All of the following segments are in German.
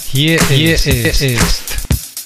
Hier ist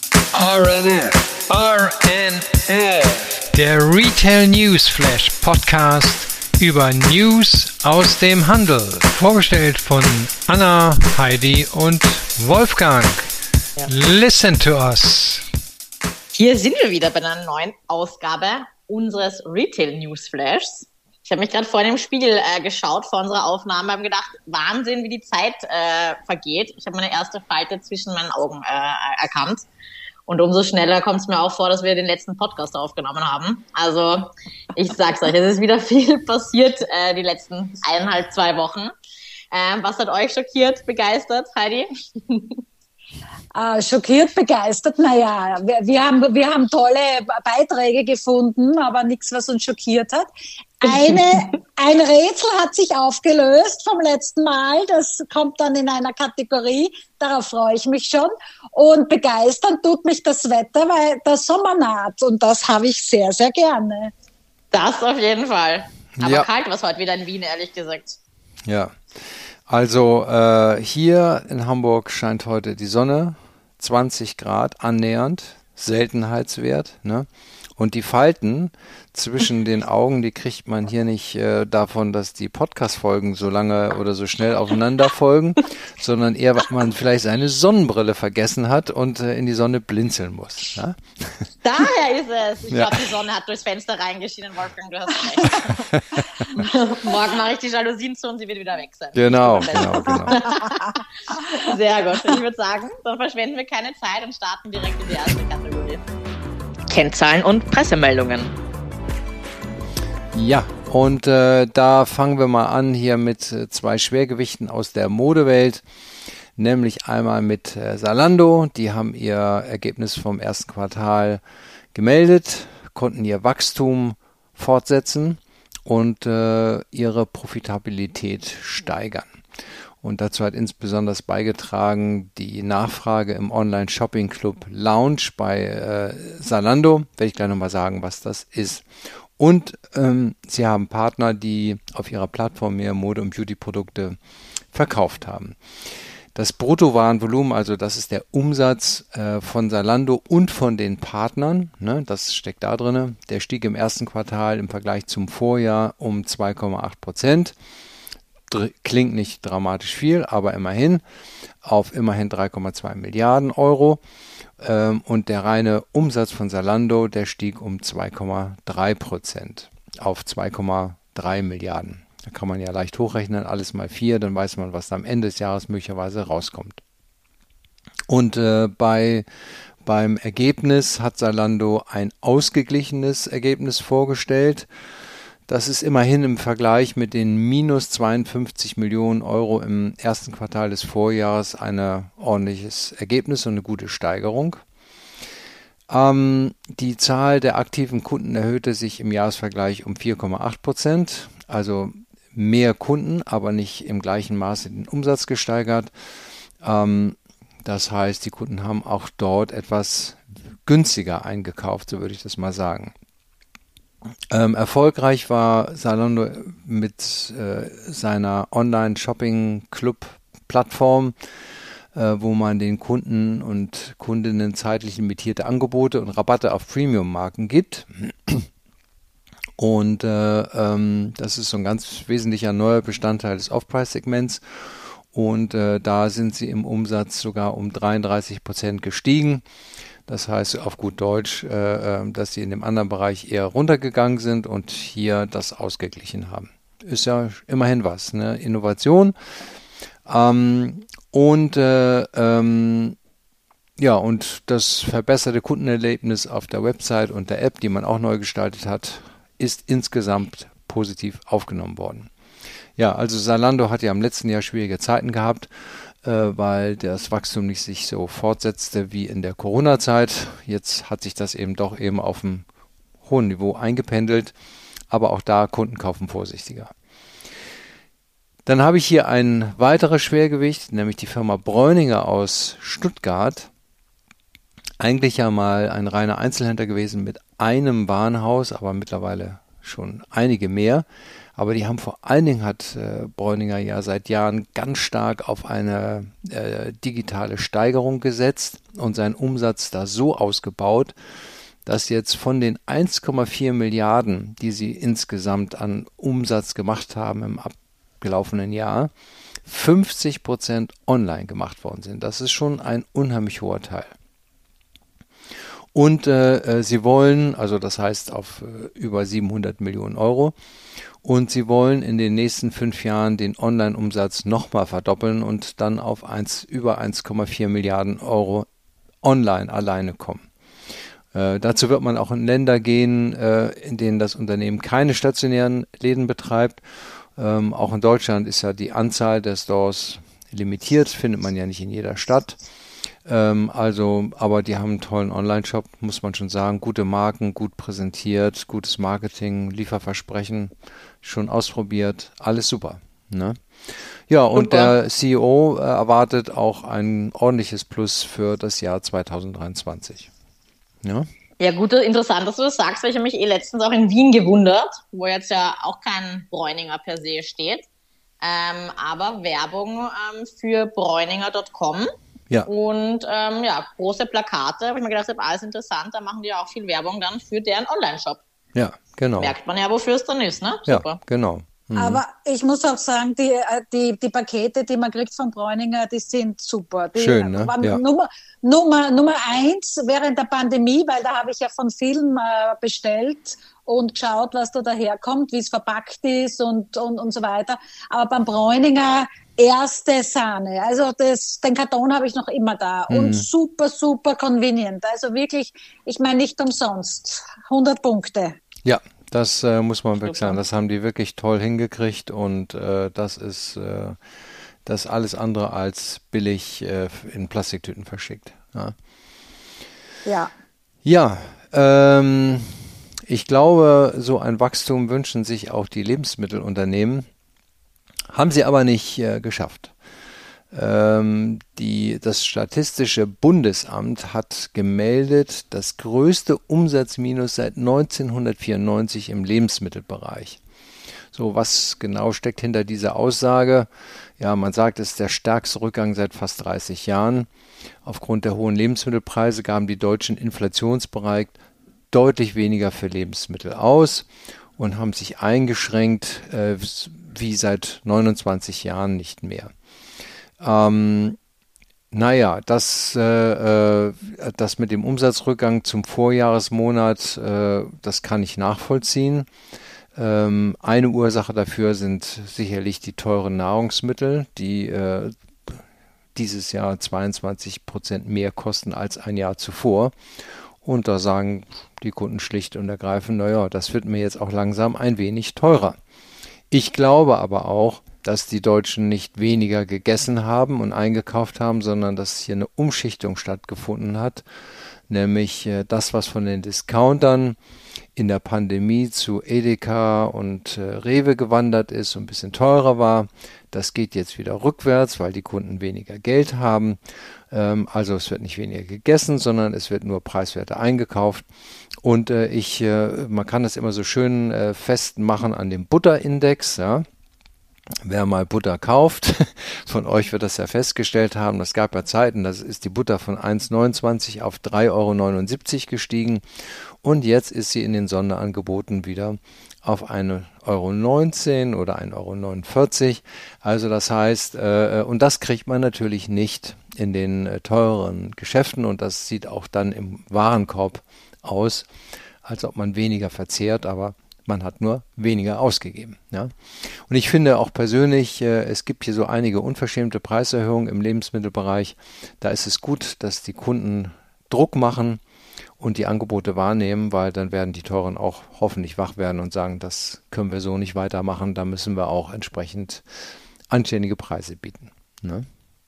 RNF, der Retail News Flash Podcast über News aus dem Handel. Vorgestellt von Anna, Heidi und Wolfgang. Ja. Listen to us. Hier sind wir wieder bei einer neuen Ausgabe unseres Retail News Flashs. Ich habe mich gerade vorhin im Spiegel geschaut vor unserer Aufnahme, habe gedacht, Wahnsinn, wie die Zeit vergeht. Ich habe meine erste Falte zwischen meinen Augen erkannt. Und umso schneller kommt es mir auch vor, dass wir den letzten Podcast aufgenommen haben. Also ich sag's euch, es ist wieder viel passiert die letzten 2 Wochen. Was hat euch schockiert, begeistert, Heidi? Schockiert, begeistert, naja, wir haben tolle Beiträge gefunden, aber nichts, was uns schockiert hat. Ein Rätsel hat sich aufgelöst vom letzten Mal, das kommt dann in einer Kategorie, darauf freue ich mich schon. Und begeistern tut mich das Wetter, weil der Sommer naht und das habe ich sehr, sehr gerne. Das auf jeden Fall. Aber kalt war es heute wieder in Wien, ehrlich gesagt. Ja, also hier in Hamburg scheint heute die Sonne, 20 Grad annähernd, Seltenheitswert, ne? Und die Falten zwischen den Augen, die kriegt man hier nicht davon, dass die Podcast-Folgen so lange oder so schnell aufeinander folgen, sondern eher, weil man vielleicht seine Sonnenbrille vergessen hat und in die Sonne blinzeln muss. Ne? Daher ist es. Ich glaube, die Sonne hat durchs Fenster reingeschienen, Wolfgang, du hast recht. Morgen mache ich die Jalousien zu und sie wird wieder weg sein. Genau. Sehr gut. Ich würde sagen, dann verschwenden wir keine Zeit und starten direkt in die erste Kategorie. Kennzahlen und Pressemeldungen. Ja, und da fangen wir mal an hier mit 2 Schwergewichten aus der Modewelt, nämlich einmal mit Zalando. Die haben ihr Ergebnis vom ersten Quartal gemeldet, konnten ihr Wachstum fortsetzen und ihre Profitabilität steigern. Und dazu hat insbesondere beigetragen die Nachfrage im Online-Shopping-Club Lounge bei Zalando. Werde ich gleich nochmal sagen, was das ist. Und sie haben Partner, die auf ihrer Plattform mehr Mode- und Beauty-Produkte verkauft haben. Das Bruttowarenvolumen, also das ist der Umsatz von Zalando und von den Partnern, ne, das steckt da drin, der stieg im ersten Quartal im Vergleich zum Vorjahr um 2,8%. Klingt nicht dramatisch viel, aber immerhin auf immerhin 3,2 Milliarden Euro. Und der reine Umsatz von Zalando, der stieg um 2,3% auf 2,3 Milliarden. Da kann man ja leicht hochrechnen, alles mal 4, dann weiß man, was da am Ende des Jahres möglicherweise rauskommt. Und beim Ergebnis hat Zalando ein ausgeglichenes Ergebnis vorgestellt. Das ist immerhin im Vergleich mit den minus 52 Millionen Euro im ersten Quartal des Vorjahres ein ordentliches Ergebnis und eine gute Steigerung. Die Zahl der aktiven Kunden erhöhte sich im Jahresvergleich um 4,8%, also mehr Kunden, aber nicht im gleichen Maße den Umsatz gesteigert. Das heißt, die Kunden haben auch dort etwas günstiger eingekauft, so würde ich das mal sagen. Erfolgreich war Zalando mit seiner Online-Shopping-Club-Plattform, wo man den Kunden und Kundinnen zeitlich limitierte Angebote und Rabatte auf Premium-Marken gibt. Und das ist so ein ganz wesentlicher neuer Bestandteil des Off-Price-Segments. Und da sind sie im Umsatz sogar um 33% gestiegen. Das heißt auf gut Deutsch, dass sie in dem anderen Bereich eher runtergegangen sind und hier das ausgeglichen haben. Ist ja immerhin was, ne? Innovation. Und das verbesserte Kundenerlebnis auf der Website und der App, die man auch neu gestaltet hat, ist insgesamt positiv aufgenommen worden. Ja, also Zalando hat ja im letzten Jahr schwierige Zeiten gehabt, weil das Wachstum nicht sich so fortsetzte wie in der Corona-Zeit. Jetzt hat sich das eben doch eben auf einem hohen Niveau eingependelt, aber auch da Kunden kaufen vorsichtiger. Dann habe ich hier ein weiteres Schwergewicht, nämlich die Firma Bräuninger aus Stuttgart. Eigentlich ja mal ein reiner Einzelhändler gewesen mit einem Warenhaus, aber mittlerweile schon einige mehr. Aber die haben vor allen Dingen, hat Bräuninger ja seit Jahren ganz stark auf eine digitale Steigerung gesetzt und seinen Umsatz da so ausgebaut, dass jetzt von den 1,4 Milliarden, die sie insgesamt an Umsatz gemacht haben im abgelaufenen Jahr, 50% online gemacht worden sind. Das ist schon ein unheimlich hoher Teil. Und sie wollen, also das heißt auf über 700 Millionen Euro, und sie wollen in den nächsten 5 Jahren den Online-Umsatz nochmal verdoppeln und dann auf über 1,4 Milliarden Euro online alleine kommen. Dazu wird man auch in Länder gehen, in denen das Unternehmen keine stationären Läden betreibt. Auch in Deutschland ist ja die Anzahl der Stores limitiert, findet man ja nicht in jeder Stadt. Aber die haben einen tollen Online-Shop, muss man schon sagen. Gute Marken, gut präsentiert, gutes Marketing, Lieferversprechen, schon ausprobiert, alles super. Ne? Ja, und der CEO erwartet auch ein ordentliches Plus für das Jahr 2023. Ja. Ja, gut, interessant, dass du das sagst, weil ich habe mich letztens auch in Wien gewundert, wo jetzt ja auch kein Bräuninger per se steht, aber Werbung für bräuninger.com. Ja. Und große Plakate, habe ich mir gedacht, alles interessant, da machen die ja auch viel Werbung dann für deren Online-Shop. Ja, genau. Merkt man ja, wofür es dann ist, ne? Super. Ja, genau. Aber ich muss auch sagen, die Pakete, die man kriegt von Bräuninger, die sind super. Die schön, ne? waren Ja. Nummer 1 während der Pandemie, weil da habe ich ja von vielen bestellt und geschaut, was da daherkommt, wie es verpackt ist und so weiter. Aber beim Bräuninger erste Sahne. Also den Karton habe ich noch immer da. Und super, super convenient. Also wirklich, ich meine nicht umsonst. 100 Punkte. Ja. Das muss man wirklich sagen, das haben die wirklich toll hingekriegt und das ist das alles andere als billig in Plastiktüten verschickt. Ja, ich glaube, so ein Wachstum wünschen sich auch die Lebensmittelunternehmen, haben sie aber nicht geschafft. Das Statistische Bundesamt hat gemeldet, das größte Umsatzminus seit 1994 im Lebensmittelbereich. So, was genau steckt hinter dieser Aussage? Ja, man sagt, es ist der stärkste Rückgang seit fast 30 Jahren. Aufgrund der hohen Lebensmittelpreise gaben die Deutschen inflationsbereit deutlich weniger für Lebensmittel aus und haben sich eingeschränkt, wie seit 29 Jahren nicht mehr. Das mit dem Umsatzrückgang zum Vorjahresmonat, das kann ich nachvollziehen. Eine Ursache dafür sind sicherlich die teuren Nahrungsmittel, die dieses Jahr 22% mehr kosten als ein Jahr zuvor. Und da sagen die Kunden schlicht und ergreifend, das wird mir jetzt auch langsam ein wenig teurer. Ich glaube aber auch, dass die Deutschen nicht weniger gegessen haben und eingekauft haben, sondern dass hier eine Umschichtung stattgefunden hat, nämlich das, was von den Discountern in der Pandemie zu Edeka und Rewe gewandert ist und ein bisschen teurer war, das geht jetzt wieder rückwärts, weil die Kunden weniger Geld haben. Also es wird nicht weniger gegessen, sondern es wird nur preiswerter eingekauft. Und man kann das immer so schön festmachen an dem Butterindex, ja. Wer mal Butter kauft, von euch wird das ja festgestellt haben, das gab ja Zeiten, da ist die Butter von 1,29 auf 3,79 € gestiegen und jetzt ist sie in den Sonderangeboten wieder auf 1,19 € oder 1,49 €. Also das heißt, und das kriegt man natürlich nicht in den teureren Geschäften und das sieht auch dann im Warenkorb aus, als ob man weniger verzehrt, aber man hat nur weniger ausgegeben. Ja? Und ich finde auch persönlich, es gibt hier so einige unverschämte Preiserhöhungen im Lebensmittelbereich. Da ist es gut, dass die Kunden Druck machen und die Angebote wahrnehmen, weil dann werden die Teuren auch hoffentlich wach werden und sagen, das können wir so nicht weitermachen. Da müssen wir auch entsprechend anständige Preise bieten. Ne?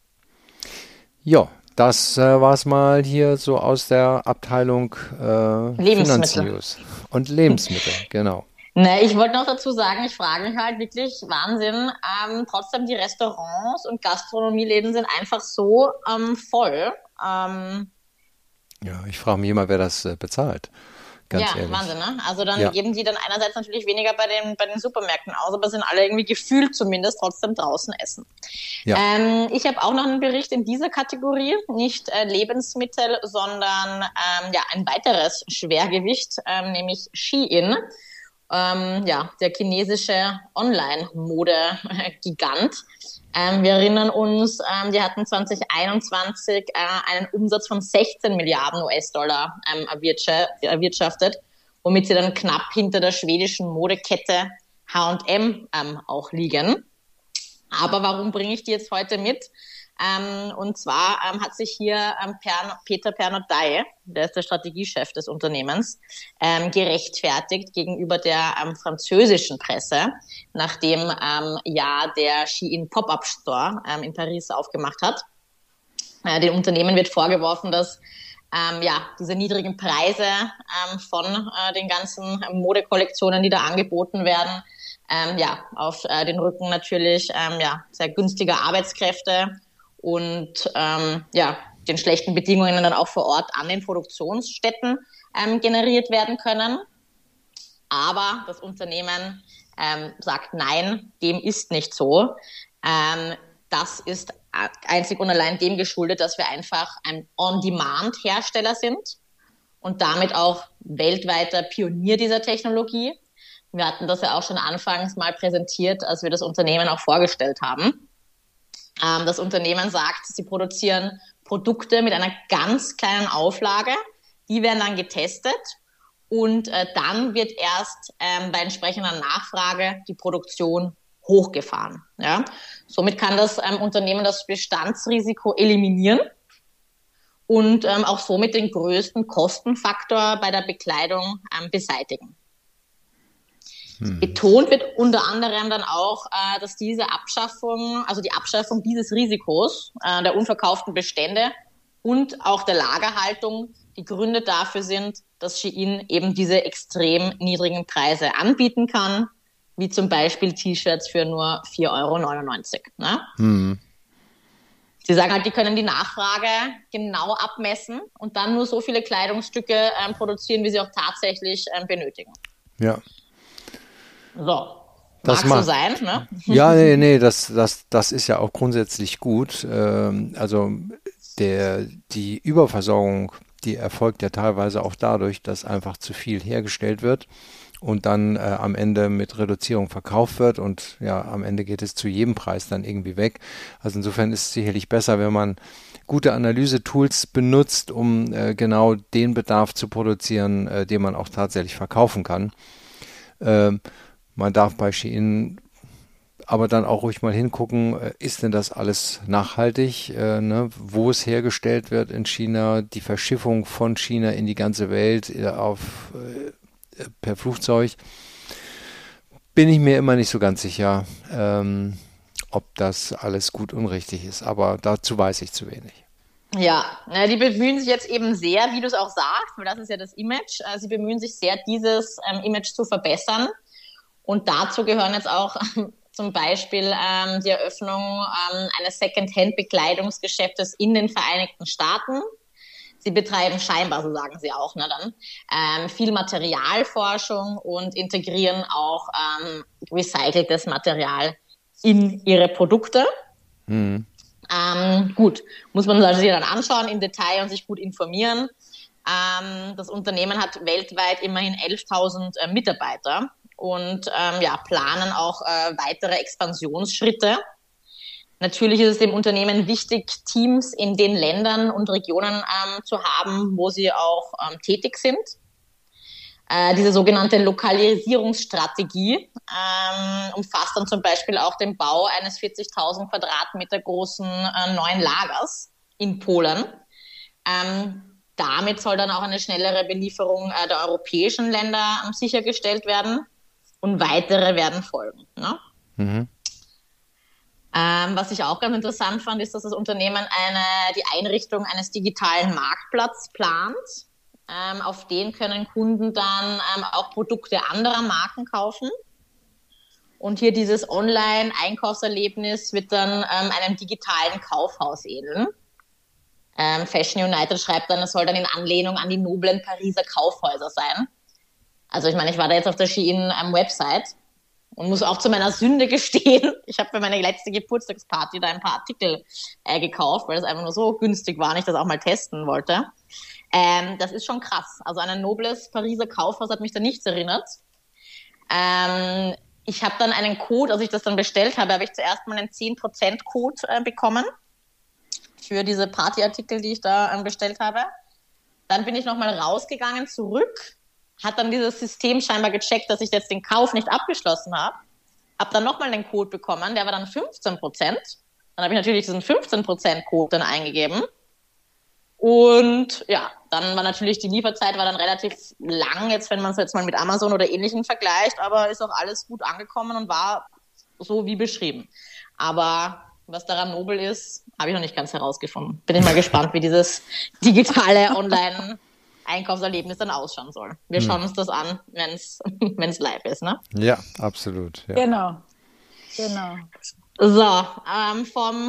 Ja, das war's mal hier so aus der Abteilung Finanznews und Lebensmittel, genau. Ne, ich wollte noch dazu sagen, ich frage mich halt wirklich, Wahnsinn, trotzdem die Restaurants und Gastronomieläden sind einfach so voll. Ja, ich frage mich immer, wer das bezahlt. ganz ehrlich. Wahnsinn, ne? Also dann geben die dann einerseits natürlich weniger bei den Supermärkten aus, aber sind alle irgendwie gefühlt zumindest trotzdem draußen essen. Ja. Ich habe auch noch einen Bericht in dieser Kategorie, nicht Lebensmittel, sondern ein weiteres Schwergewicht, nämlich Shein. Der chinesische Online-Mode-Gigant. Wir erinnern uns, die hatten 2021 einen Umsatz von 16 Milliarden US-Dollar erwirtschaftet, womit sie dann knapp hinter der schwedischen Modekette H&M auch liegen. Aber warum bringe ich die jetzt heute mit? Und zwar hat sich hier Peter Pernot-Dye, der ist der Strategiechef des Unternehmens, gerechtfertigt gegenüber der französischen Presse, nachdem der Shein Pop-Up Store in Paris aufgemacht hat. Dem Unternehmen wird vorgeworfen, dass diese niedrigen Preise von den ganzen Modekollektionen, die da angeboten werden, auf den Rücken natürlich sehr günstiger Arbeitskräfte und den schlechten Bedingungen dann auch vor Ort an den Produktionsstätten generiert werden können. Aber das Unternehmen sagt, nein, dem ist nicht so. Das ist einzig und allein dem geschuldet, dass wir einfach ein On-Demand-Hersteller sind und damit auch weltweiter Pionier dieser Technologie. Wir hatten das ja auch schon anfangs mal präsentiert, als wir das Unternehmen auch vorgestellt haben. Das Unternehmen sagt, sie produzieren Produkte mit einer ganz kleinen Auflage. Die werden dann getestet und dann wird erst bei entsprechender Nachfrage die Produktion hochgefahren. Ja? Somit kann das Unternehmen das Bestandsrisiko eliminieren und auch somit den größten Kostenfaktor bei der Bekleidung beseitigen. Betont wird unter anderem dann auch, dass diese Abschaffung, also die Abschaffung dieses Risikos der unverkauften Bestände und auch der Lagerhaltung die Gründe dafür sind, dass Shein eben diese extrem niedrigen Preise anbieten kann, wie zum Beispiel T-Shirts für nur 4,99 €. Ne? Sie sagen halt, die können die Nachfrage genau abmessen und dann nur so viele Kleidungsstücke produzieren, wie sie auch tatsächlich benötigen. Ja. So, mag so sein, ne? Ja, nee, das ist ja auch grundsätzlich gut. Also die Überversorgung, die erfolgt ja teilweise auch dadurch, dass einfach zu viel hergestellt wird und dann am Ende mit Reduzierung verkauft wird und ja, am Ende geht es zu jedem Preis dann irgendwie weg. Also insofern ist es sicherlich besser, wenn man gute Analyse-Tools benutzt, um genau den Bedarf zu produzieren, den man auch tatsächlich verkaufen kann. Man darf bei Shein aber dann auch ruhig mal hingucken, ist denn das alles nachhaltig, wo es hergestellt wird in China, die Verschiffung von China in die ganze Welt per Flugzeug, bin ich mir immer nicht so ganz sicher, ob das alles gut und richtig ist, aber dazu weiß ich zu wenig. Ja, die bemühen sich jetzt eben sehr, wie du es auch sagst, weil das ist ja das Image, sie bemühen sich sehr, dieses Image zu verbessern. Und dazu gehören jetzt auch zum Beispiel die Eröffnung eines Second-Hand-Bekleidungsgeschäftes in den Vereinigten Staaten. Sie betreiben scheinbar, so sagen sie auch, viel Materialforschung und integrieren auch recyceltes Material in ihre Produkte. Gut, muss man sich dann anschauen im Detail und sich gut informieren. Das Unternehmen hat weltweit immerhin 11.000 Mitarbeiter. Und planen auch weitere Expansionsschritte. Natürlich ist es dem Unternehmen wichtig, Teams in den Ländern und Regionen zu haben, wo sie auch tätig sind. Diese sogenannte Lokalisierungsstrategie umfasst dann zum Beispiel auch den Bau eines 40.000 Quadratmeter großen neuen Lagers in Polen. Damit soll dann auch eine schnellere Belieferung der europäischen Länder sichergestellt werden. Und weitere werden folgen. Ne? Was ich auch ganz interessant fand, ist, dass das Unternehmen die Einrichtung eines digitalen Marktplatzes plant. Auf den können Kunden dann auch Produkte anderer Marken kaufen. Und hier dieses Online-Einkaufserlebnis wird dann einem digitalen Kaufhaus ähneln. Fashion United schreibt dann, es soll dann in Anlehnung an die noblen Pariser Kaufhäuser sein. Also ich meine, ich war da jetzt auf der Shein-Website und muss auch zu meiner Sünde gestehen, ich habe für meine letzte Geburtstagsparty da ein paar Artikel gekauft, weil es einfach nur so günstig war und ich das auch mal testen wollte. Das ist schon krass. Also an ein nobles Pariser Kaufhaus hat mich da nichts erinnert. Ich habe dann einen Code, als ich das dann bestellt habe ich zuerst mal einen 10% Code bekommen für diese Partyartikel, die ich da bestellt habe. Dann bin ich nochmal rausgegangen, zurück, hat dann dieses System scheinbar gecheckt, dass ich jetzt den Kauf nicht abgeschlossen habe. Hab dann nochmal den Code bekommen, der war dann 15%. Dann habe ich natürlich diesen 15% Code dann eingegeben. Und ja, dann war natürlich die Lieferzeit war dann relativ lang, jetzt wenn man es jetzt mal mit Amazon oder Ähnlichem vergleicht, aber ist auch alles gut angekommen und war so wie beschrieben. Aber was daran nobel ist, habe ich noch nicht ganz herausgefunden. Bin ich mal gespannt, wie dieses digitale Online-Einkaufserlebnis dann ausschauen soll. Wir schauen uns das an, wenn's live ist, ne? Ja, absolut. Ja. Genau. So, vom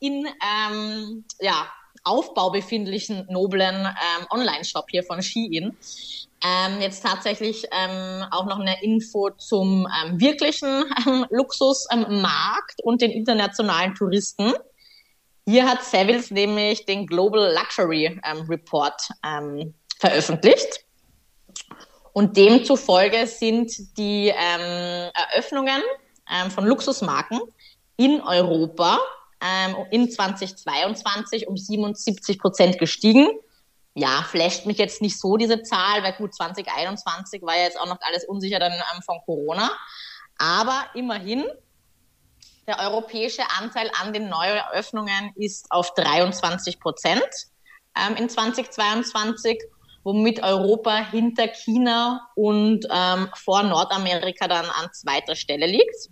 Aufbau befindlichen noblen Online-Shop hier von Shein. Jetzt tatsächlich auch noch eine Info zum wirklichen Luxusmarkt und den internationalen Touristen. Hier hat Savills nämlich den Global Luxury Report veröffentlicht. Und demzufolge sind die Eröffnungen von Luxusmarken in Europa in 2022 um 77% gestiegen. Ja, flasht mich jetzt nicht so diese Zahl, weil gut, 2021 war ja jetzt auch noch alles unsicher dann von Corona. Aber immerhin, der europäische Anteil an den Neueröffnungen ist auf 23% in 2022, womit Europa hinter China und vor Nordamerika dann an zweiter Stelle liegt.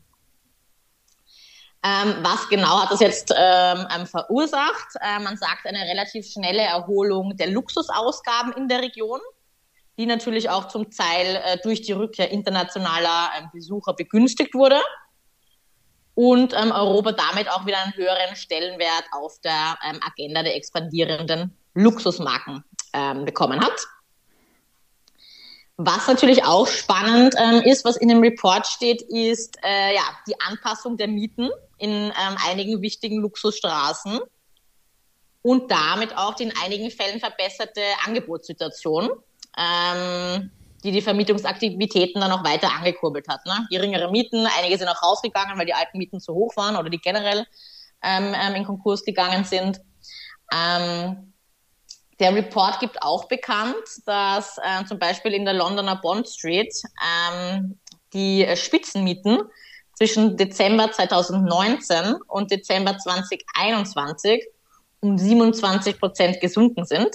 Was genau hat das jetzt verursacht? Man sagt eine relativ schnelle Erholung der Luxusausgaben in der Region, die natürlich auch zum Teil durch die Rückkehr internationaler Besucher begünstigt wurde und Europa damit auch wieder einen höheren Stellenwert auf der Agenda der expandierenden Luxusmarken bekommen hat. Was natürlich auch spannend ist, was in dem Report steht, ist die Anpassung der Mieten in einigen wichtigen Luxusstraßen und damit auch die in einigen Fällen verbesserte Angebotssituation, die Vermietungsaktivitäten dann auch weiter angekurbelt hat. Ne? Geringere Mieten, einige sind auch rausgegangen, weil die alten Mieten zu hoch waren oder die generell in Konkurs gegangen sind. Der Report gibt auch bekannt, dass zum Beispiel in der Londoner Bond Street die Spitzenmieten zwischen Dezember 2019 und Dezember 2021 um 27% gesunken sind.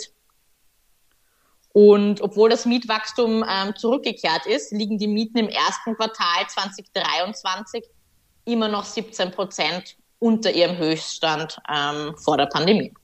Und obwohl das Mietwachstum zurückgekehrt ist, liegen die Mieten im ersten Quartal 2023 immer noch 17% unter ihrem Höchststand vor der Pandemie.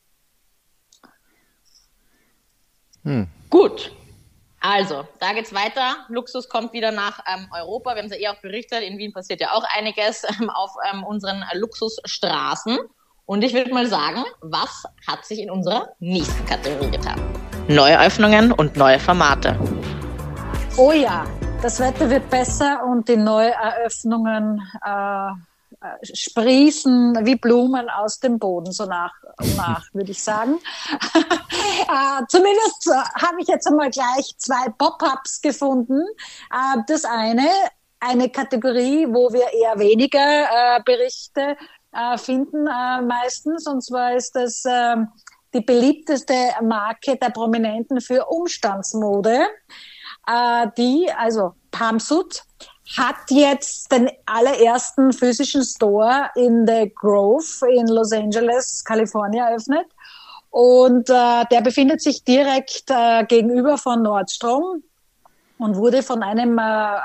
Gut, also da geht's weiter. Luxus kommt wieder nach Europa. Wir haben es ja auch berichtet, in Wien passiert ja auch einiges auf unseren Luxusstraßen. Und ich würde mal sagen, was hat sich in unserer nächsten Kategorie getan? Neue Öffnungen und neue Formate. Oh ja, das Wetter wird besser und die Neueröffnungen sprießen wie Blumen aus dem Boden, so nach und nach, würde ich sagen. Zumindest habe ich jetzt einmal gleich 2 Pop-ups gefunden. Das eine Kategorie, wo wir eher weniger Berichte finden meistens, und zwar ist das die beliebteste Marke der Prominenten für Umstandsmode, also Pamsuit, hat jetzt den allerersten physischen Store in The Grove in Los Angeles, Kalifornien eröffnet. Und der befindet sich direkt gegenüber von Nordstrom und wurde von einem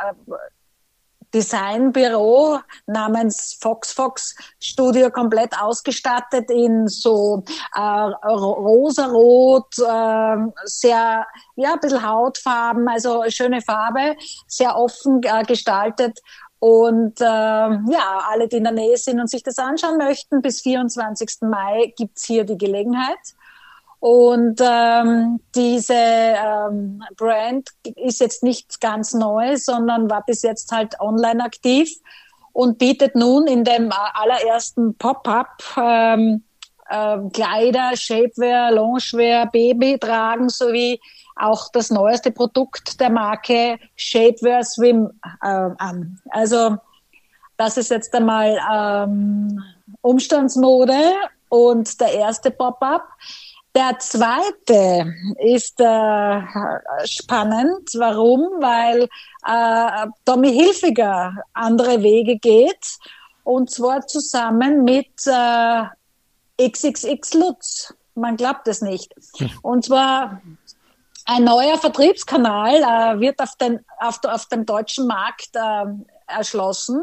Designbüro namens Fox Studio komplett ausgestattet in so rosarot, sehr, ein bisschen Hautfarben, also schöne Farbe, sehr offen gestaltet. Und alle, die in der Nähe sind und sich das anschauen möchten, bis 24. Mai gibt's hier die Gelegenheit. Und diese Brand ist jetzt nicht ganz neu, sondern war bis jetzt halt online aktiv und bietet nun in dem allerersten Pop-up Kleider, Shapewear, Loungewear, Babytragen sowie auch das neueste Produkt der Marke Shapewear Swim an. Also das ist jetzt einmal Umstandsmode und der erste Pop-up. Der zweite ist spannend. Warum? Weil Tommy Hilfiger andere Wege geht und zwar zusammen mit XXX Lutz. Man glaubt es nicht. Und zwar ein neuer Vertriebskanal wird auf dem deutschen Markt erschlossen.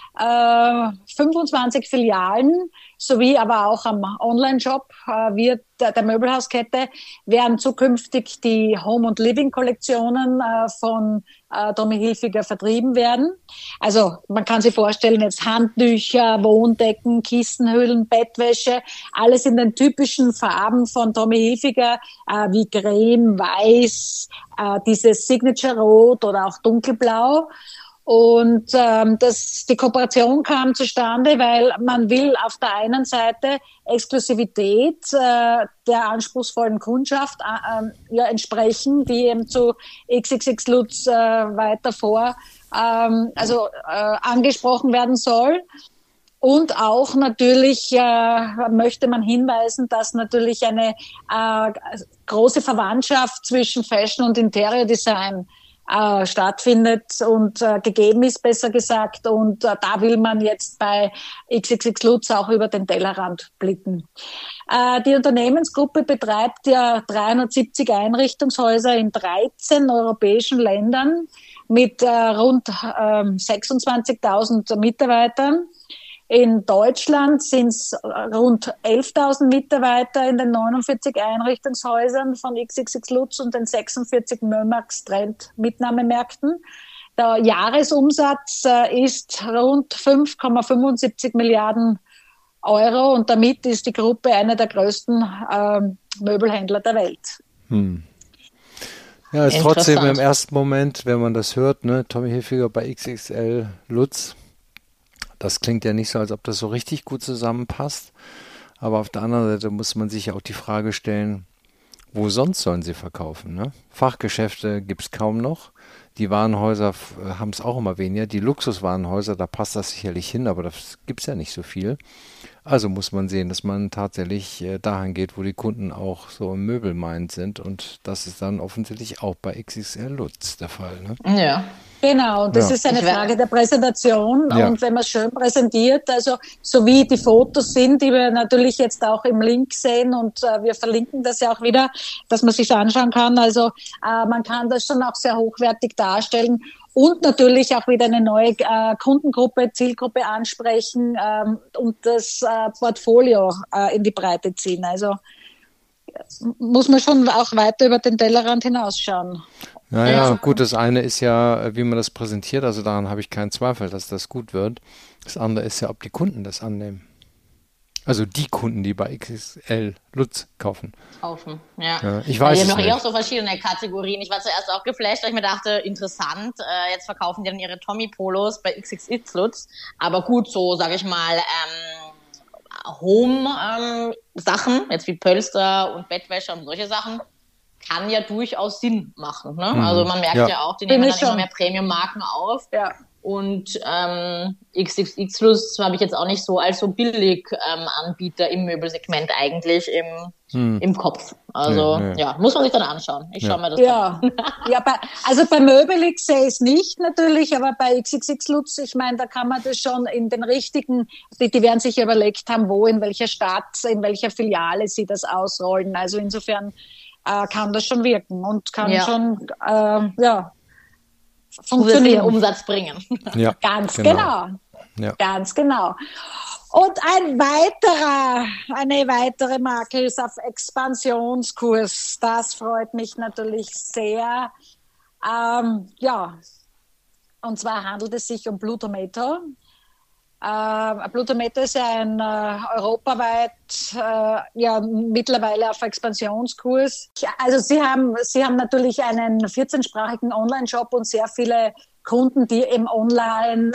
25 Filialen sowie aber auch am Online-Shop wird der Möbelhauskette werden zukünftig die Home- und Living-Kollektionen von Tommy Hilfiger vertrieben werden. Also man kann sich vorstellen, jetzt Handtücher, Wohndecken, Kissenhüllen, Bettwäsche, alles in den typischen Farben von Tommy Hilfiger, wie Creme, Weiß, dieses Signature Rot oder auch Dunkelblau. Und die Kooperation kam zustande, weil man will auf der einen Seite Exklusivität der anspruchsvollen Kundschaft entsprechen, die eben zu XXX Lutz weiter angesprochen werden soll. Und auch natürlich möchte man hinweisen, dass natürlich eine große Verwandtschaft zwischen Fashion und Interior Design stattfindet und gegeben ist, besser gesagt. Und da will man jetzt bei XXX Lutz auch über den Tellerrand blicken. Die Unternehmensgruppe betreibt ja 370 Einrichtungshäuser in 13 europäischen Ländern mit rund 26.000 Mitarbeitern. In Deutschland sind es rund 11.000 Mitarbeiter in den 49 Einrichtungshäusern von XXX Lutz und den 46 Mömax Trend Mitnahmemärkten. Der Jahresumsatz ist rund 5,75 Milliarden Euro und damit ist die Gruppe einer der größten Möbelhändler der Welt. Ja, ist trotzdem im ersten Moment, wenn man das hört, ne, Tommy Hilfiger bei XXL Lutz, das klingt ja nicht so, als ob das so richtig gut zusammenpasst. Aber auf der anderen Seite muss man sich ja auch die Frage stellen, wo sonst sollen sie verkaufen? Ne? Fachgeschäfte gibt es kaum noch. Die Warenhäuser haben es auch immer weniger. Die Luxuswarenhäuser, da passt das sicherlich hin, aber das gibt es ja nicht so viel. Also muss man sehen, dass man tatsächlich dahin geht, wo die Kunden auch so im Möbelmarkt sind. Und das ist dann offensichtlich auch bei XXL Lutz der Fall. Ne? Ja. Genau, das ist eine Frage der Präsentation und wenn man es schön präsentiert, also so wie die Fotos sind, die wir natürlich jetzt auch im Link sehen und wir verlinken das ja auch wieder, dass man sich anschauen kann, also man kann das schon auch sehr hochwertig darstellen und natürlich auch wieder eine neue Kundengruppe, Zielgruppe ansprechen und das Portfolio in die Breite ziehen, also muss man schon auch weiter über den Tellerrand hinausschauen. Naja, gut, das eine ist ja, wie man das präsentiert, also daran habe ich keinen Zweifel, dass das gut wird. Das andere ist ja, ob die Kunden das annehmen. Also die Kunden, die bei XXL Lutz kaufen. Ja. Ich weiß es nicht. Die haben noch auch so verschiedene Kategorien. Ich war zuerst auch geflasht, weil ich mir dachte, interessant, jetzt verkaufen die dann ihre Tommy-Polos bei XXX Lutz. Aber gut, so, sage ich mal, Home-Sachen, jetzt wie Pölster und Bettwäsche und solche Sachen, kann ja durchaus Sinn machen. Ne? Also man merkt ja auch, die nehmen dann immer mehr Premium-Marken auf. Ja. Und XXX Lutz habe ich jetzt auch nicht so als so billig Anbieter im Möbelsegment eigentlich im Kopf. Also muss man sich dann anschauen. Ich schaue mir das an. Also bei Möbelix sehe ich es nicht natürlich, aber bei XXX Lutz, ich meine, da kann man das schon in den richtigen, die werden sich überlegt haben, wo, in welcher Stadt, in welcher Filiale sie das ausrollen. Also insofern kann das schon wirken und kann schon funktionieren. Umsatz bringen. Ja, ganz genau. Ja. Ganz genau. Und eine weitere Marke ist auf Expansionskurs. Das freut mich natürlich sehr. Und zwar handelt es sich um Blue Tomato. Blutometer ist ja ein europaweit mittlerweile auf Expansionskurs. Also Sie haben natürlich einen 14-sprachigen Online-Shop und sehr viele Kunden, die im Online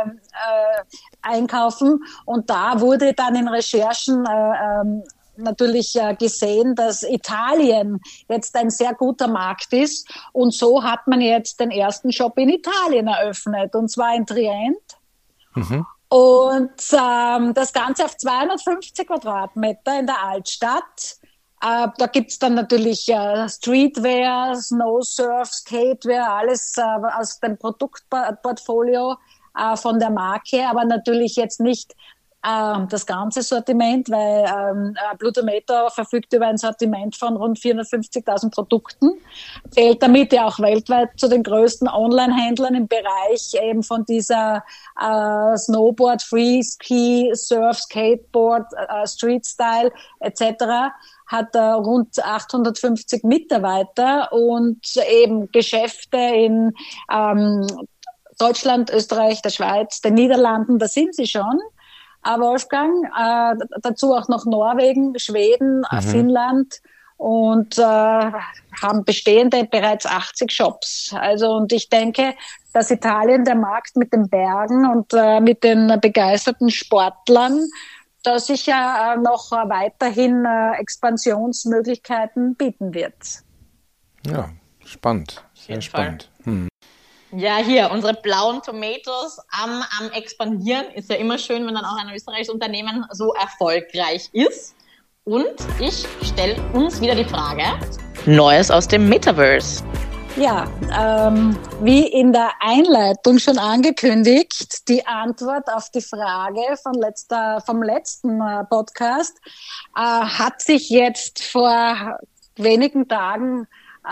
einkaufen. Und da wurde dann in Recherchen natürlich gesehen, dass Italien jetzt ein sehr guter Markt ist. Und so hat man jetzt den ersten Shop in Italien eröffnet, und zwar in Trient. Mhm. Und das Ganze auf 250 Quadratmeter in der Altstadt. Da gibt's dann natürlich Streetwear, Snowsurf, Skatewear, alles aus dem Produktportfolio von der Marke, aber natürlich jetzt nicht das ganze Sortiment, weil Blutometer verfügt über ein Sortiment von rund 450.000 Produkten, zählt damit ja auch weltweit zu den größten Online-Händlern im Bereich eben von dieser Snowboard, Freeski, Surf, Skateboard, Street-Style etc., hat rund 850 Mitarbeiter und eben Geschäfte in Deutschland, Österreich, der Schweiz, den Niederlanden, da sind sie schon. Wolfgang, dazu auch noch Norwegen, Schweden, Finnland und haben bestehende bereits 80 Shops. Also, und ich denke, dass Italien, der Markt mit den Bergen und mit den begeisterten Sportlern, da sicher noch weiterhin Expansionsmöglichkeiten bieten wird. Ja, spannend, sehr spannend. Ja, hier, unsere blauen Tomatoes am expandieren. Ist ja immer schön, wenn dann auch ein österreichisches Unternehmen so erfolgreich ist. Und ich stelle uns wieder die Frage, Neues aus dem Metaverse. Ja, wie in der Einleitung schon angekündigt, die Antwort auf die Frage vom letzten Podcast hat sich jetzt vor wenigen Tagen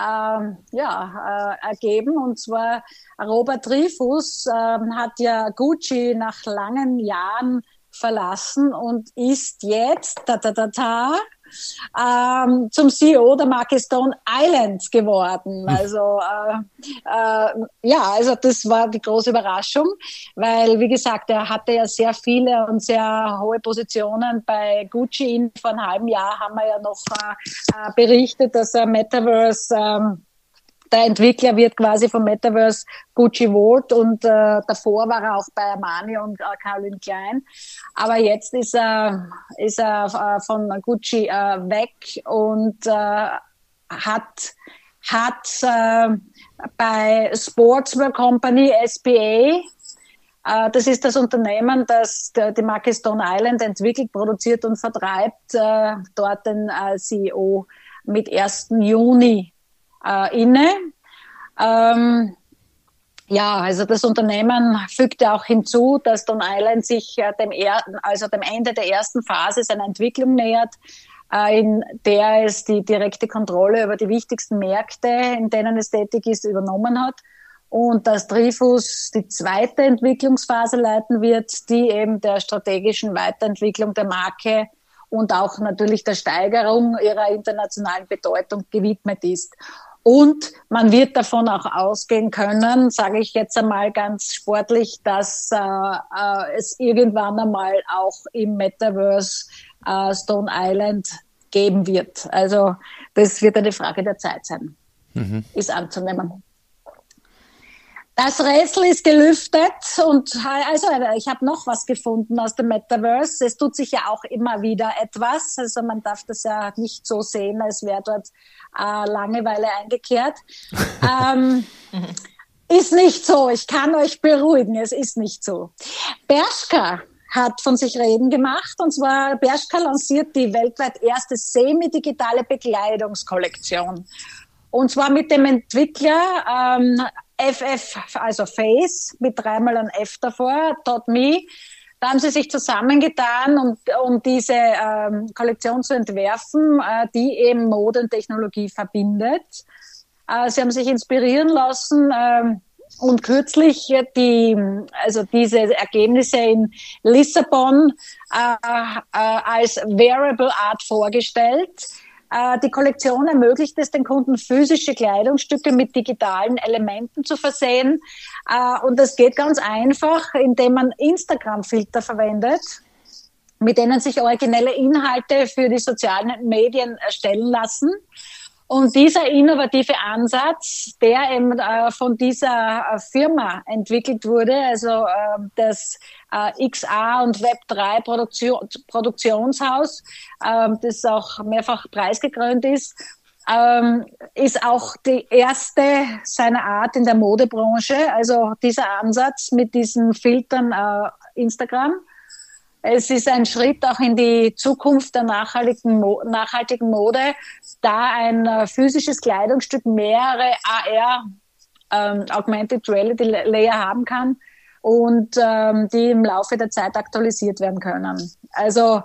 ergeben. Und zwar Robert Dreyfus hat ja Gucci nach langen Jahren verlassen und ist jetzt zum CEO der Marke Stone Island geworden. Also also das war die große Überraschung, weil, wie gesagt, er hatte ja sehr viele und sehr hohe Positionen bei Gucci. Vor einem halben Jahr haben wir ja noch berichtet, dass er Metaverse der Entwickler wird quasi vom Metaverse Gucci Vault und davor war er auch bei Armani und Calvin Klein. Aber jetzt ist er von Gucci weg und hat bei Sportswear Company SPA, das ist das Unternehmen, das die Marke Stone Island entwickelt, produziert und vertreibt, dort den CEO mit 1. Juni inne. Also das Unternehmen fügte auch hinzu, dass Stone Island sich dem Ende der ersten Phase seiner Entwicklung nähert, in der es die direkte Kontrolle über die wichtigsten Märkte, in denen es tätig ist, übernommen hat. Und dass Dreyfus die zweite Entwicklungsphase leiten wird, die eben der strategischen Weiterentwicklung der Marke und auch natürlich der Steigerung ihrer internationalen Bedeutung gewidmet ist. Und man wird davon auch ausgehen können, sage ich jetzt einmal ganz sportlich, dass es irgendwann einmal auch im Metaverse Stone Island geben wird. Also das wird eine Frage der Zeit sein, ist anzunehmen. Das Rätsel ist gelüftet und also ich habe noch was gefunden aus dem Metaverse. Es tut sich ja auch immer wieder etwas. Also man darf das ja nicht so sehen, als wäre dort Langeweile eingekehrt. Ist nicht so. Ich kann euch beruhigen, es ist nicht so. Bershka hat von sich reden gemacht, und zwar Bershka lanciert die weltweit erste semi-digitale Bekleidungskollektion. Und zwar mit dem Entwickler FF, also Face, mit 3-mal ein F davor, .me. Da haben sie sich zusammengetan, um diese Kollektion zu entwerfen, die eben Mode und Technologie verbindet. Sie haben sich inspirieren lassen und kürzlich diese Ergebnisse in Lissabon als Wearable Art vorgestellt. Die Kollektion ermöglicht es den Kunden, physische Kleidungsstücke mit digitalen Elementen zu versehen. Und das geht ganz einfach, indem man Instagram-Filter verwendet, mit denen sich originelle Inhalte für die sozialen Medien erstellen lassen. Und dieser innovative Ansatz, der eben von dieser Firma entwickelt wurde, also das XA und Web3 Produktionshaus, das auch mehrfach preisgekrönt ist auch die erste seiner Art in der Modebranche. Also dieser Ansatz mit diesen Filtern Instagram. Es ist ein Schritt auch in die Zukunft der nachhaltigen Mode, da ein physisches Kleidungsstück mehrere AR, Augmented Reality Layer haben kann und die im Laufe der Zeit aktualisiert werden können. Also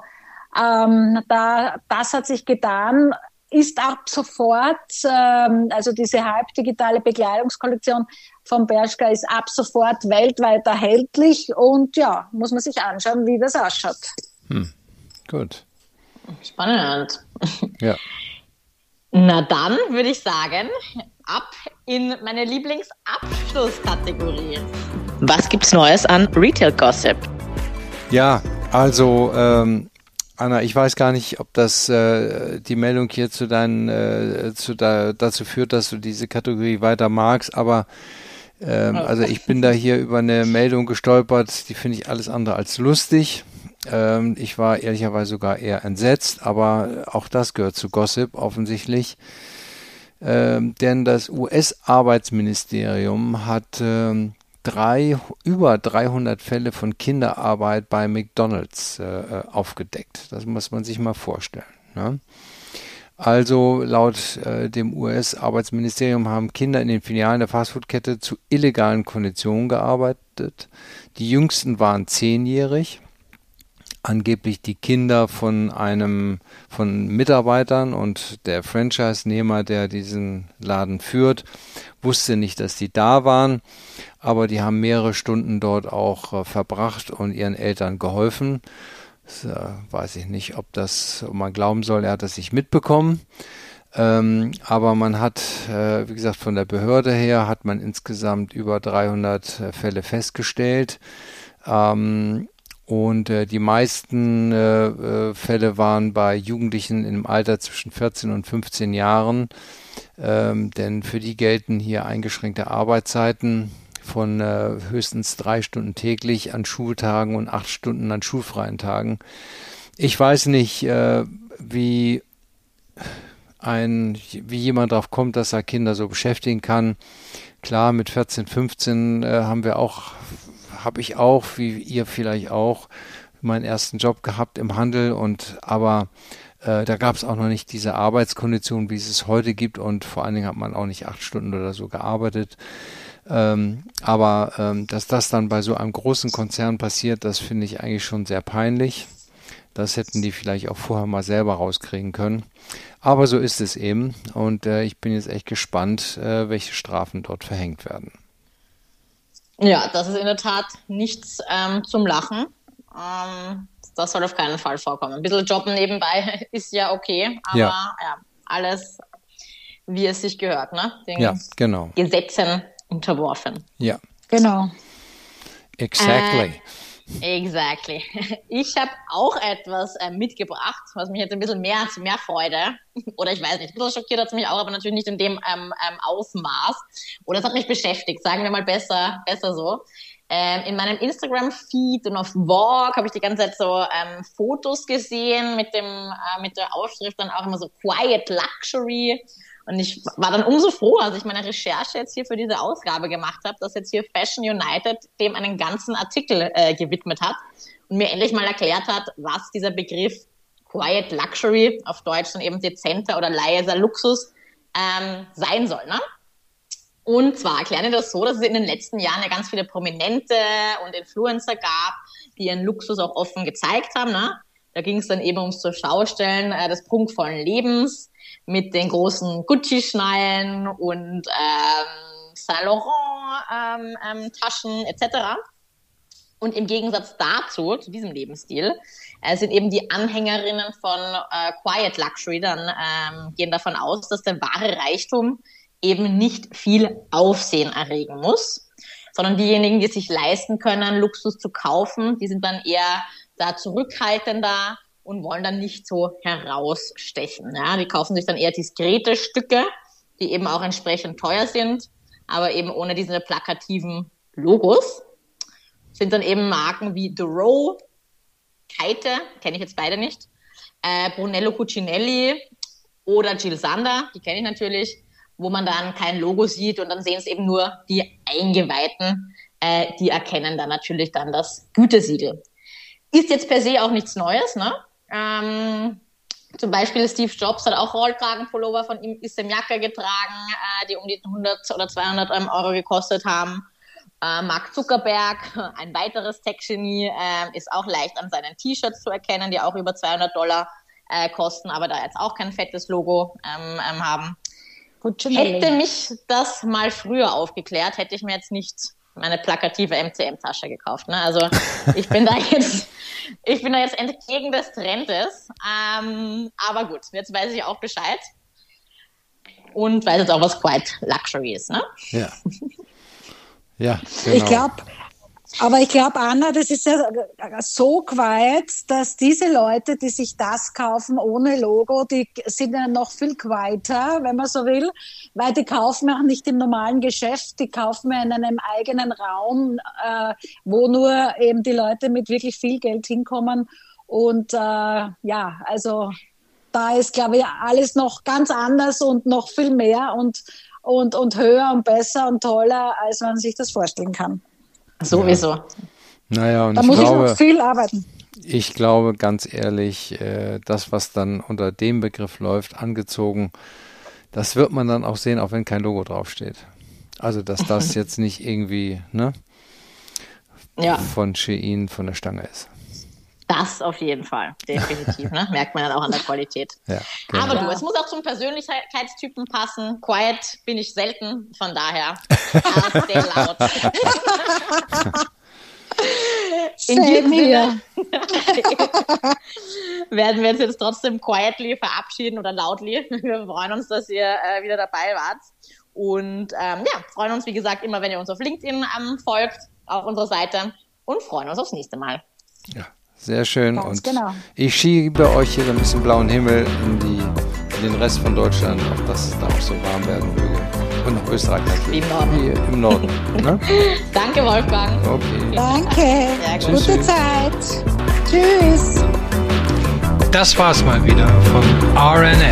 das hat sich getan, ist ab sofort, also diese halbdigitale Bekleidungskollektion von Bershka ist ab sofort weltweit erhältlich und ja, muss man sich anschauen, wie das ausschaut. Gut. Spannend. Ja. Na dann würde ich sagen, ab in meine Lieblingsabschlusskategorie. Was gibt's Neues an Retail Gossip? Ja, also Anna, ich weiß gar nicht, ob das die Meldung hier dazu führt, dass du diese Kategorie weiter magst, aber also ich bin da hier über eine Meldung gestolpert, die finde ich alles andere als lustig. Ich war ehrlicherweise sogar eher entsetzt, aber auch das gehört zu Gossip offensichtlich. Denn das US-Arbeitsministerium hat über 300 Fälle von Kinderarbeit bei McDonald's aufgedeckt. Das muss man sich mal vorstellen. Ne? Also laut dem US-Arbeitsministerium haben Kinder in den Filialen der Fastfood-Kette zu illegalen Konditionen gearbeitet. Die jüngsten waren 10-jährig. Angeblich die Kinder von Mitarbeitern, und der Franchise-Nehmer, der diesen Laden führt, wusste nicht, dass die da waren, aber die haben mehrere Stunden dort auch verbracht und ihren Eltern geholfen. Das, weiß ich nicht, ob man glauben soll, er hat das nicht mitbekommen. Aber man hat, wie gesagt, von der Behörde her hat man insgesamt über 300 Fälle festgestellt. Und die meisten Fälle waren bei Jugendlichen im Alter zwischen 14 und 15 Jahren, denn für die gelten hier eingeschränkte Arbeitszeiten von höchstens 3 Stunden täglich an Schultagen und 8 Stunden an schulfreien Tagen. Ich weiß nicht, wie jemand darauf kommt, dass er Kinder so beschäftigen kann. Klar, mit 14, 15 habe ich auch, wie ihr vielleicht auch, meinen ersten Job gehabt im Handel, aber da gab es auch noch nicht diese Arbeitskonditionen, wie es heute gibt, und vor allen Dingen hat man auch nicht 8 Stunden oder so gearbeitet. Aber dass das dann bei so einem großen Konzern passiert, das finde ich eigentlich schon sehr peinlich. Das hätten die vielleicht auch vorher mal selber rauskriegen können. Aber so ist es eben, und ich bin jetzt echt gespannt, welche Strafen dort verhängt werden. Ja, das ist in der Tat nichts zum Lachen. Das soll auf keinen Fall vorkommen. Ein bisschen Jobben nebenbei ist ja okay, aber ja, alles, wie es sich gehört, ne? Den Gesetzen unterworfen. Ja. Genau. Exactly. Exactly. Ich habe auch etwas mitgebracht, was mich jetzt ein bisschen mehr Freude, oder ich weiß nicht, ein bisschen schockiert hat es mich auch, aber natürlich nicht in dem Ausmaß. Oder es hat mich beschäftigt, sagen wir mal besser so. In meinem Instagram-Feed und auf Vogue habe ich die ganze Zeit so Fotos gesehen mit der Aufschrift dann auch immer so Quiet Luxury. Und ich war dann umso froh, als ich meine Recherche jetzt hier für diese Ausgabe gemacht habe, dass jetzt hier Fashion United dem einen ganzen Artikel gewidmet hat und mir endlich mal erklärt hat, was dieser Begriff Quiet Luxury, auf Deutsch dann eben dezenter oder leiser Luxus, sein soll, ne? Und zwar erklären die das so, dass es in den letzten Jahren ja ganz viele Prominente und Influencer gab, die ihren Luxus auch offen gezeigt haben, ne? Da ging es dann eben ums Zurschaustellen des prunkvollen Lebens mit den großen Gucci-Schnallen und Saint Laurent Taschen etc. Und im Gegensatz dazu, zu diesem Lebensstil, sind eben die Anhängerinnen von Quiet Luxury dann gehen davon aus, dass der wahre Reichtum eben nicht viel Aufsehen erregen muss, sondern diejenigen, die es sich leisten können, Luxus zu kaufen, die sind dann eher da zurückhaltender und wollen dann nicht so herausstechen. Ja? Die kaufen sich dann eher diskrete Stücke, die eben auch entsprechend teuer sind, aber eben ohne diese plakativen Logos. Sind dann eben Marken wie The Row, Keite, kenne ich jetzt beide nicht, Brunello Cucinelli oder Jil Sander, die kenne ich natürlich, wo man dann kein Logo sieht und dann sehen es eben nur die Eingeweihten, die erkennen dann natürlich dann das Gütesiegel. Ist jetzt per se auch nichts Neues, ne? Zum Beispiel Steve Jobs hat auch Rollkragenpullover von Issey Miyake getragen, die um die 100 oder 200 Euro gekostet haben. Mark Zuckerberg, ein weiteres Tech-Genie, ist auch leicht an seinen T-Shirts zu erkennen, die auch über $200 kosten, aber da jetzt auch kein fettes Logo haben. Hätte mich das mal früher aufgeklärt, hätte ich mir jetzt nicht meine plakative MCM-Tasche gekauft. Ne? Also ich bin da jetzt entgegen des Trendes. Aber gut, jetzt weiß ich auch Bescheid. Und weiß jetzt auch, was Quiet Luxury ist. Ne? Ja. Ja, genau. Ich glaube, Anna, das ist ja so quiet, dass diese Leute, die sich das kaufen ohne Logo, die sind ja noch viel quieter, wenn man so will, weil die kaufen ja auch nicht im normalen Geschäft, die kaufen ja in einem eigenen Raum, wo nur eben die Leute mit wirklich viel Geld hinkommen. Und also da ist, glaube ich, alles noch ganz anders und noch viel mehr und höher und besser und toller, als man sich das vorstellen kann. Sowieso. Ja. Naja, und da muss ich noch viel arbeiten. Ich glaube, ganz ehrlich, das, was dann unter dem Begriff läuft, angezogen, das wird man dann auch sehen, auch wenn kein Logo draufsteht. Also, dass das jetzt nicht irgendwie von Shein von der Stange ist. Das auf jeden Fall, definitiv. Ne? Merkt man dann auch an der Qualität. Ja, genau. Aber es muss auch zum Persönlichkeitstypen passen. Quiet bin ich selten, von daher sehr laut. In diesem Sinne werden wir uns jetzt trotzdem quietly verabschieden oder loudly. Wir freuen uns, dass ihr wieder dabei wart. Und freuen uns, wie gesagt, immer, wenn ihr uns auf LinkedIn folgt, auf unserer Seite und freuen uns aufs nächste Mal. Ja. Sehr schön. Ganz und genau. Ich schiebe euch hier ein bisschen blauen Himmel in den Rest von Deutschland, auf dass es da auch so warm werden möge. Und nach Österreich natürlich. Wie im Norden. Ne? Danke, Wolfgang. Okay. Danke. Gute Zeit. Tschüss. Das war's mal wieder von RNA,